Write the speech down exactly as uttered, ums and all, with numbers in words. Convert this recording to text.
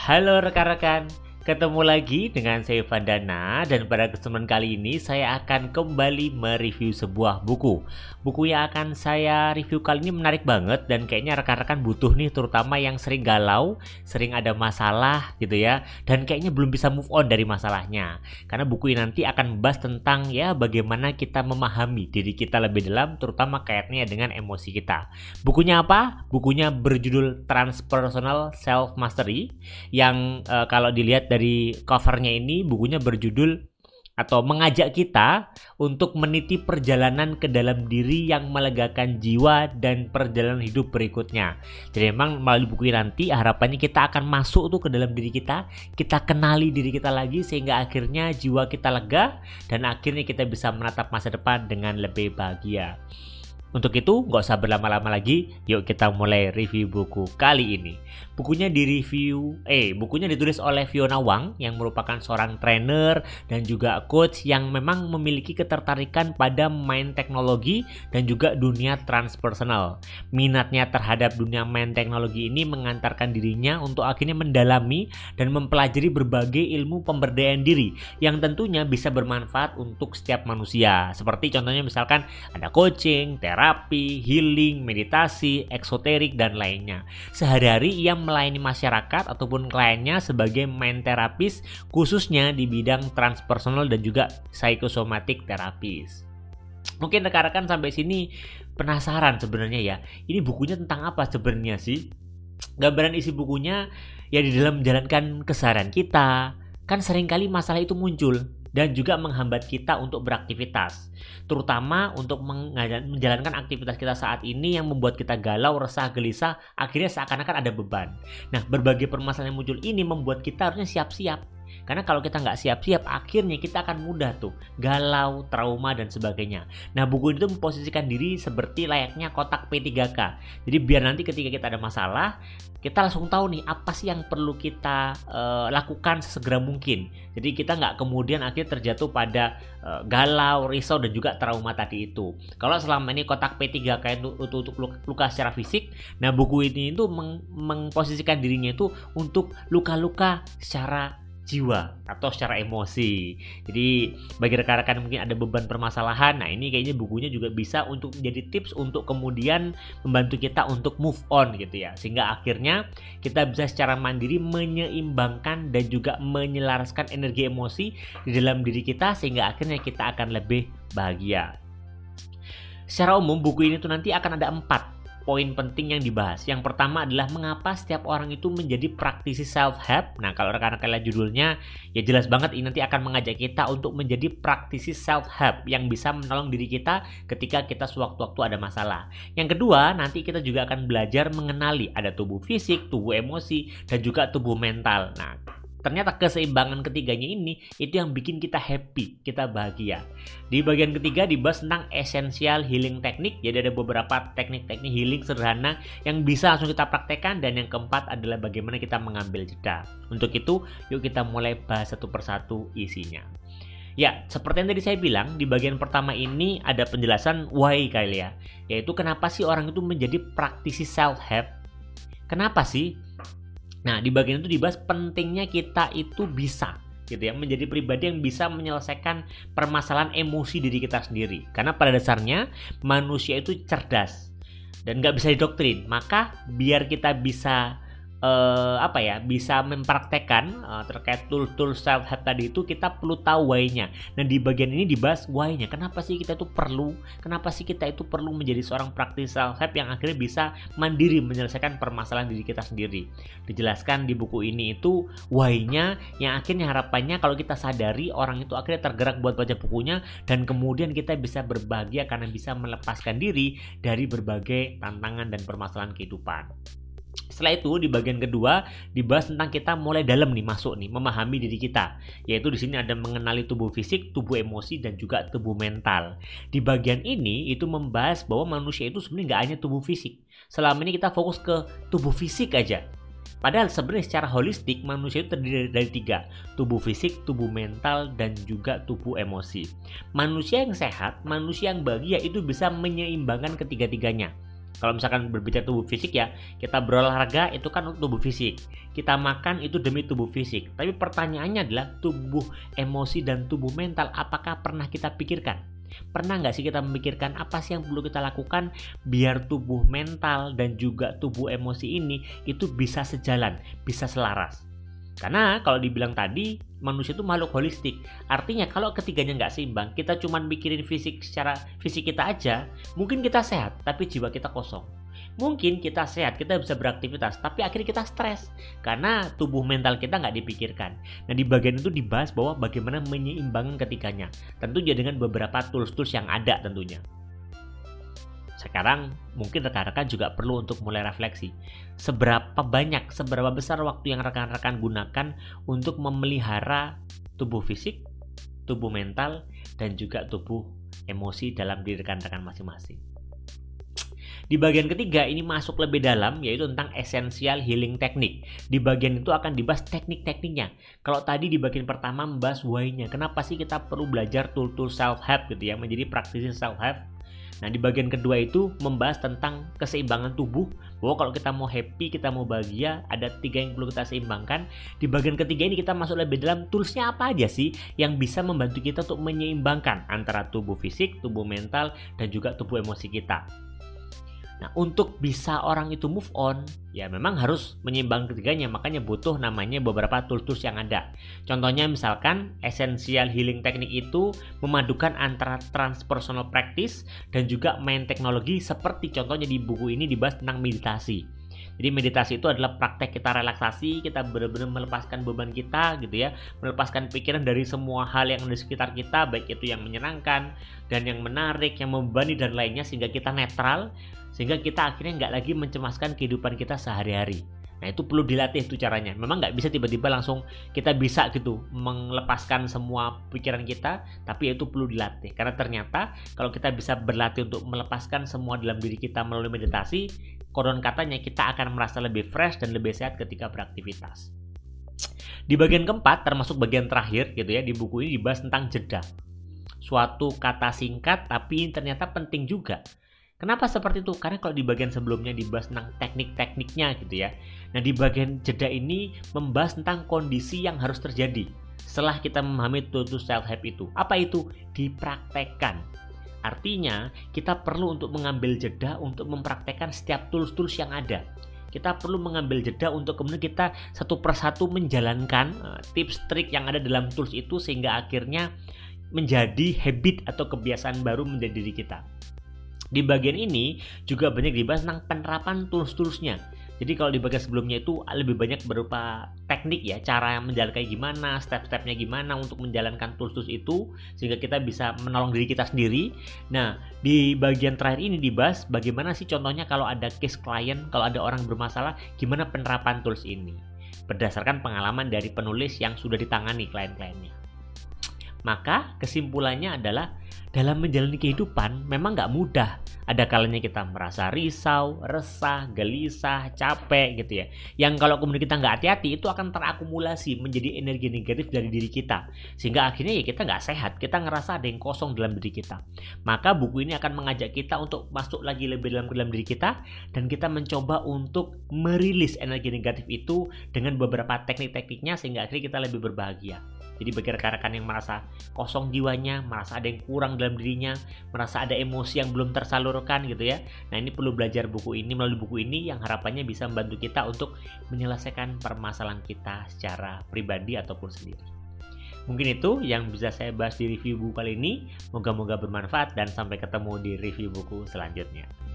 Halo rekan-rekan, ketemu lagi dengan saya Vandana dan pada kesempatan kali ini saya akan kembali mereview sebuah buku. Buku yang akan saya review kali ini menarik banget dan kayaknya rekan-rekan butuh nih, terutama yang sering galau, sering ada masalah gitu ya, dan kayaknya belum bisa move on dari masalahnya. Karena buku ini nanti akan membahas tentang ya bagaimana kita memahami diri kita lebih dalam, terutama kaitannya dengan emosi kita. Bukunya apa? Bukunya berjudul Transpersonal Self Mastery yang uh, kalau dilihat dari covernya ini, bukunya berjudul atau mengajak kita untuk meniti perjalanan ke dalam diri yang melegakan jiwa dan perjalanan hidup berikutnya. Jadi memang melalui buku ini nanti harapannya kita akan masuk tuh ke dalam diri kita, kita kenali diri kita lagi sehingga akhirnya jiwa kita lega dan akhirnya kita bisa menatap masa depan dengan lebih bahagia. Untuk itu, nggak usah berlama-lama lagi, yuk kita mulai review buku kali ini. Bukunya direview, eh, bukunya ditulis oleh Fiona Wang yang merupakan seorang trainer dan juga coach yang memang memiliki ketertarikan pada main teknologi dan juga dunia transpersonal. Minatnya terhadap dunia main teknologi ini mengantarkan dirinya untuk akhirnya mendalami dan mempelajari berbagai ilmu pemberdayaan diri yang tentunya bisa bermanfaat untuk setiap manusia. Seperti contohnya misalkan ada coaching, terapi, terapi, healing, meditasi, eksoterik, dan lainnya. Sehari-hari ia melayani masyarakat ataupun kliennya sebagai main terapis khususnya di bidang transpersonal dan juga psikosomatik terapis. Mungkin rekan-rekan sampai sini penasaran sebenarnya ya, ini bukunya tentang apa sebenarnya sih? Gambaran isi bukunya ya di dalam menjalankan keseharian kita, kan seringkali masalah itu muncul dan juga menghambat kita untuk beraktivitas, terutama untuk menjalankan aktivitas kita saat ini yang membuat kita galau, resah, gelisah, akhirnya seakan-akan ada beban. Nah, berbagai permasalahan yang muncul ini membuat kita harusnya siap-siap. Karena kalau kita nggak siap-siap, akhirnya kita akan mudah tuh galau, trauma, dan sebagainya. Nah, buku itu memposisikan diri seperti layaknya kotak P tiga K. Jadi biar nanti ketika kita ada masalah, kita langsung tahu nih apa sih yang perlu kita uh, lakukan sesegera mungkin. Jadi kita nggak kemudian akhirnya terjatuh pada uh, galau, risau, dan juga trauma tadi itu. Kalau selama ini kotak P tiga K itu untuk, untuk luka secara fisik, nah buku ini itu meng, mengposisikan dirinya itu untuk luka-luka secara jiwa atau secara emosi. Jadi bagi rekan-rekan mungkin ada beban permasalahan, nah ini kayaknya bukunya juga bisa untuk menjadi tips untuk kemudian membantu kita untuk move on gitu ya, sehingga akhirnya kita bisa secara mandiri menyeimbangkan dan juga menyelaraskan energi emosi di dalam diri kita sehingga akhirnya kita akan lebih bahagia. Secara umum buku ini tuh nanti akan ada empat poin penting yang dibahas. Yang pertama adalah mengapa setiap orang itu menjadi praktisi self-help. Nah, kalau rekan-rekan lihat judulnya, ya jelas banget ini nanti akan mengajak kita untuk menjadi praktisi self-help yang bisa menolong diri kita ketika kita sewaktu-waktu ada masalah. Yang kedua, nanti kita juga akan belajar mengenali ada tubuh fisik, tubuh emosi, dan juga tubuh mental. Nah, ternyata keseimbangan ketiganya ini itu yang bikin kita happy, kita bahagia. Di bagian ketiga dibahas tentang essential healing teknik. Jadi ada beberapa teknik-teknik healing sederhana yang bisa langsung kita praktekkan. Dan yang keempat adalah bagaimana kita mengambil jeda. Untuk itu, yuk kita mulai bahas satu persatu isinya. Ya, seperti yang tadi saya bilang, di bagian pertama ini ada penjelasan why kali ya. Yaitu kenapa sih orang itu menjadi praktisi self-help? Kenapa sih? Nah, di bagian itu dibahas pentingnya kita itu bisa gitu ya, menjadi pribadi yang bisa menyelesaikan permasalahan emosi diri kita sendiri. Karena pada dasarnya manusia itu cerdas dan nggak bisa didoktrin. Maka biar kita bisa Uh, apa ya bisa mempraktekkan uh, terkait tool-tool self-help tadi itu, kita perlu tahu why-nya. Nah, di bagian ini dibahas why-nya. Kenapa sih kita itu perlu? Kenapa sih kita itu perlu menjadi seorang praktisi self-help yang akhirnya bisa mandiri menyelesaikan permasalahan diri kita sendiri? Dijelaskan di buku ini itu why-nya yang akhirnya harapannya kalau kita sadari, orang itu akhirnya tergerak buat baca bukunya dan kemudian kita bisa berbahagia karena bisa melepaskan diri dari berbagai tantangan dan permasalahan kehidupan. Setelah itu di bagian kedua dibahas tentang kita mulai dalam nih masuk nih memahami diri kita, yaitu di sini ada mengenali tubuh fisik, tubuh emosi, dan juga tubuh mental. Di bagian ini itu membahas bahwa manusia itu sebenarnya nggak hanya tubuh fisik. Selama ini kita fokus ke tubuh fisik aja. Padahal sebenarnya secara holistik manusia itu terdiri dari tiga, tubuh fisik, tubuh mental, dan juga tubuh emosi. Manusia yang sehat, manusia yang bahagia itu bisa menyeimbangkan ketiga-tiganya. Kalau misalkan berbicara tubuh fisik ya, kita berolahraga itu kan untuk tubuh fisik. Kita makan itu demi tubuh fisik. Tapi pertanyaannya adalah tubuh emosi dan tubuh mental apakah pernah kita pikirkan? Pernah nggak sih kita memikirkan apa sih yang perlu kita lakukan biar tubuh mental dan juga tubuh emosi ini itu bisa sejalan, bisa selaras? Karena kalau dibilang tadi, manusia itu makhluk holistik. Artinya kalau ketiganya nggak seimbang, kita cuma mikirin fisik secara fisik kita aja, mungkin kita sehat, tapi jiwa kita kosong. Mungkin kita sehat, kita bisa beraktivitas, tapi akhirnya kita stres. Karena tubuh mental kita nggak dipikirkan. Nah di bagian itu dibahas bahwa bagaimana menyeimbangkan ketiganya. Tentu ya dengan beberapa tools-tools yang ada tentunya. Sekarang mungkin rekan-rekan juga perlu untuk mulai refleksi. Seberapa banyak, seberapa besar waktu yang rekan-rekan gunakan untuk memelihara tubuh fisik, tubuh mental, dan juga tubuh emosi dalam diri rekan-rekan masing-masing. Di bagian ketiga ini masuk lebih dalam, yaitu tentang essential healing technique. Di bagian itu akan dibahas teknik-tekniknya. Kalau tadi di bagian pertama membahas why-nya, kenapa sih kita perlu belajar tool-tool self-help gitu ya, menjadi praktisi self-help. Nah di bagian kedua itu membahas tentang keseimbangan tubuh, bahwa kalau kita mau happy, kita mau bahagia, ada tiga yang perlu kita seimbangkan. Di bagian ketiga ini kita masuk lebih dalam toolsnya apa aja sih yang bisa membantu kita untuk menyeimbangkan antara tubuh fisik, tubuh mental, dan juga tubuh emosi kita. Nah untuk bisa orang itu move on, ya memang harus menyeimbang ketiganya, makanya butuh namanya beberapa tools-tools yang ada. Contohnya misalkan essential healing technique itu memadukan antara transpersonal practice dan juga main teknologi, seperti contohnya di buku ini dibahas tentang meditasi. Jadi meditasi itu adalah praktek kita relaksasi, kita benar-benar melepaskan beban kita gitu ya, melepaskan pikiran dari semua hal yang ada di sekitar kita, baik itu yang menyenangkan dan yang menarik, yang membebani dan lainnya, sehingga kita netral, sehingga kita akhirnya nggak lagi mencemaskan kehidupan kita sehari-hari. Nah itu perlu dilatih itu caranya. Memang nggak bisa tiba-tiba langsung kita bisa gitu melepaskan semua pikiran kita, tapi itu perlu dilatih. Karena ternyata kalau kita bisa berlatih untuk melepaskan semua dalam diri kita melalui meditasi, konon katanya kita akan merasa lebih fresh dan lebih sehat ketika beraktivitas. Di bagian keempat, termasuk bagian terakhir gitu ya, di buku ini dibahas tentang jeda. Suatu kata singkat tapi ternyata penting juga. Kenapa seperti itu? Karena kalau di bagian sebelumnya dibahas tentang teknik-tekniknya gitu ya. Nah di bagian jeda ini membahas tentang kondisi yang harus terjadi setelah kita memahami tool-tool self-help itu. Apa itu? Dipraktekkan. Artinya kita perlu untuk mengambil jeda untuk mempraktekkan setiap tools-tools yang ada. Kita perlu mengambil jeda untuk kemudian kita satu persatu menjalankan uh, tips trik yang ada dalam tools itu, sehingga akhirnya menjadi habit atau kebiasaan baru menjadi diri kita. Di bagian ini juga banyak dibahas tentang penerapan tools-toolsnya. Jadi kalau di bagian sebelumnya itu lebih banyak berupa teknik ya, cara menjalankan gimana, step-stepnya gimana untuk menjalankan tools-tools itu, sehingga kita bisa menolong diri kita sendiri. Nah di bagian terakhir ini dibahas bagaimana sih contohnya kalau ada case klien, kalau ada orang bermasalah, gimana penerapan tools ini berdasarkan pengalaman dari penulis yang sudah ditangani klien-kliennya. Maka kesimpulannya adalah dalam menjalani kehidupan memang nggak mudah. Ada kalanya kita merasa risau, resah, gelisah, capek gitu ya. Yang kalau kemudian kita nggak hati-hati itu akan terakumulasi menjadi energi negatif dari diri kita. Sehingga akhirnya ya kita nggak sehat, kita ngerasa ada yang kosong dalam diri kita. Maka buku ini akan mengajak kita untuk masuk lagi lebih dalam ke dalam diri kita, dan kita mencoba untuk merilis energi negatif itu dengan beberapa teknik-tekniknya, sehingga akhirnya kita lebih berbahagia. Jadi bagi rekan-rekan yang merasa kosong jiwanya, merasa ada yang kurang dalam dirinya, merasa ada emosi yang belum tersalurkan gitu ya. Nah ini perlu belajar buku ini, melalui buku ini yang harapannya bisa membantu kita untuk menyelesaikan permasalahan kita secara pribadi ataupun sendiri. Mungkin itu yang bisa saya bahas di review buku kali ini. Moga-moga bermanfaat dan sampai ketemu di review buku selanjutnya.